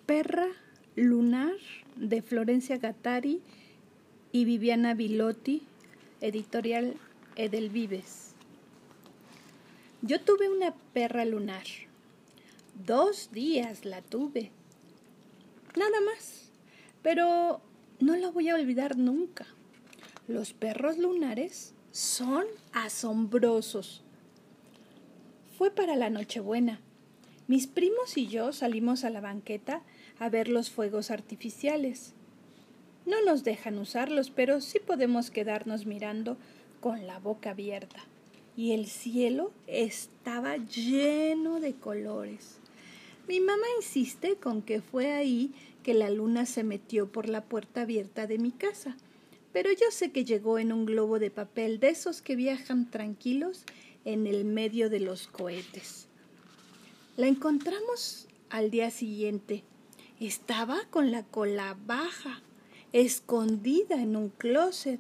Perra lunar de Florencia Gattari y Viviana Bilotti, editorial Edelvives. Yo tuve una perra lunar. 2 días la tuve. Nada más. Pero no la voy a olvidar nunca. Los perros lunares son asombrosos. Fue para la Nochebuena. Mis primos y yo salimos a la banqueta a ver los fuegos artificiales. No nos dejan usarlos, pero sí podemos quedarnos mirando con la boca abierta. Y el cielo estaba lleno de colores. Mi mamá insiste con que fue ahí que la luna se metió por la puerta abierta de mi casa, pero yo sé que llegó en un globo de papel de esos que viajan tranquilos en el medio de los cohetes. La encontramos al día siguiente. Estaba con la cola baja, escondida en un closet.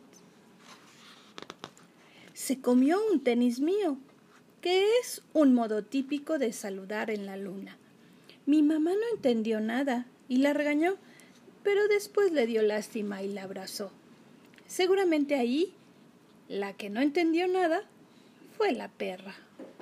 Se comió un tenis mío, que es un modo típico de saludar en la luna. Mi mamá no entendió nada y la regañó, pero después le dio lástima y la abrazó. Seguramente ahí, la que no entendió nada fue la perra.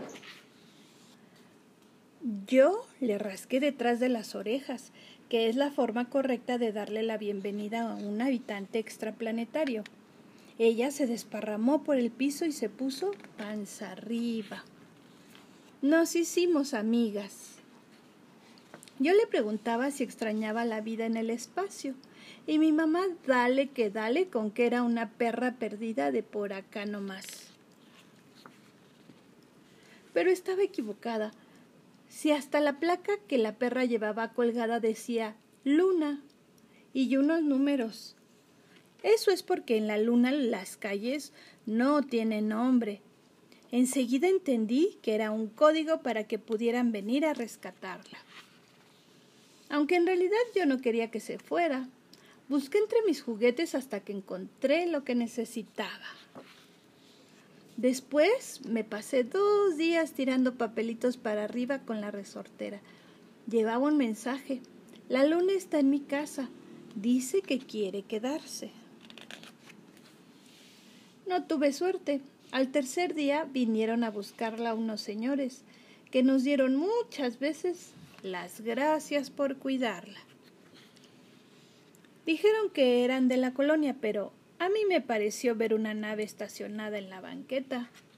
Yo le rasqué detrás de las orejas, que es la forma correcta de darle la bienvenida a un habitante extraplanetario. Ella se desparramó por el piso y se puso panza arriba. Nos hicimos amigas. Yo le preguntaba si extrañaba la vida en el espacio, y mi mamá dale que dale con que era una perra perdida de por acá nomás. Pero estaba equivocada. Si hasta la placa que la perra llevaba colgada decía Luna y unos números. Eso es porque en la luna las calles no tienen nombre. Enseguida entendí que era un código para que pudieran venir a rescatarla. Aunque en realidad yo no quería que se fuera. Busqué entre mis juguetes hasta que encontré lo que necesitaba. Después me pasé 2 días tirando papelitos para arriba con la resortera. Llevaba un mensaje. La luna está en mi casa. Dice que quiere quedarse. No tuve suerte. Al tercer día vinieron a buscarla unos señores que nos dieron muchas veces las gracias por cuidarla. Dijeron que eran de la colonia, pero a mí me pareció ver una nave estacionada en la banqueta.